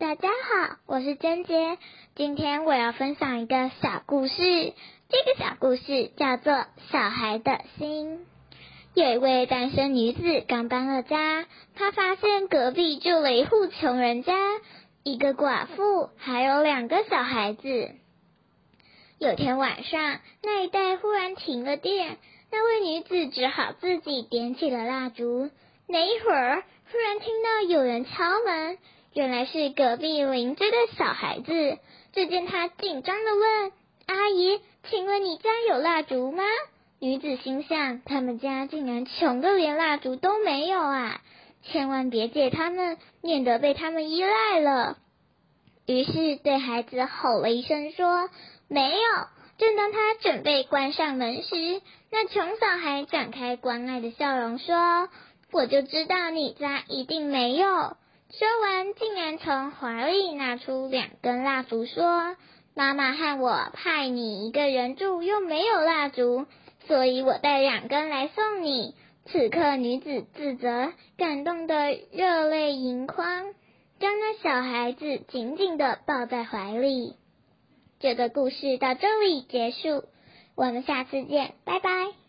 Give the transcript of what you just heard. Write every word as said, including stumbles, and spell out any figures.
大家好，我是珍姐。今天我要分享一个小故事，这个小故事叫做《小孩的心》。有一位单身女子刚搬了家，她发现隔壁住了一户穷人家，一个寡妇，还有两个小孩子。有天晚上，那一带忽然停了电，那位女子只好自己点起了蜡烛。没一会儿，忽然听到有人敲门，原来是隔壁邻居的小孩子。只见他紧张地问：“阿姨，请问你家有蜡烛吗？”女子心想，他们家竟然穷得连蜡烛都没有啊，千万别借他们，免得被他们依赖了。于是对孩子吼了一声说：“没有。”正当他准备关上门时，那穷小孩展开关爱的笑容说：“我就知道你家一定没有。”说完，竟然从怀里拿出两根蜡烛，说：“妈妈和我派你一个人住，又没有蜡烛，所以我带两根来送你。”此刻，女子自责，感动得热泪盈眶，将那小孩子紧紧地抱在怀里。这个故事到这里结束，我们下次见，拜拜。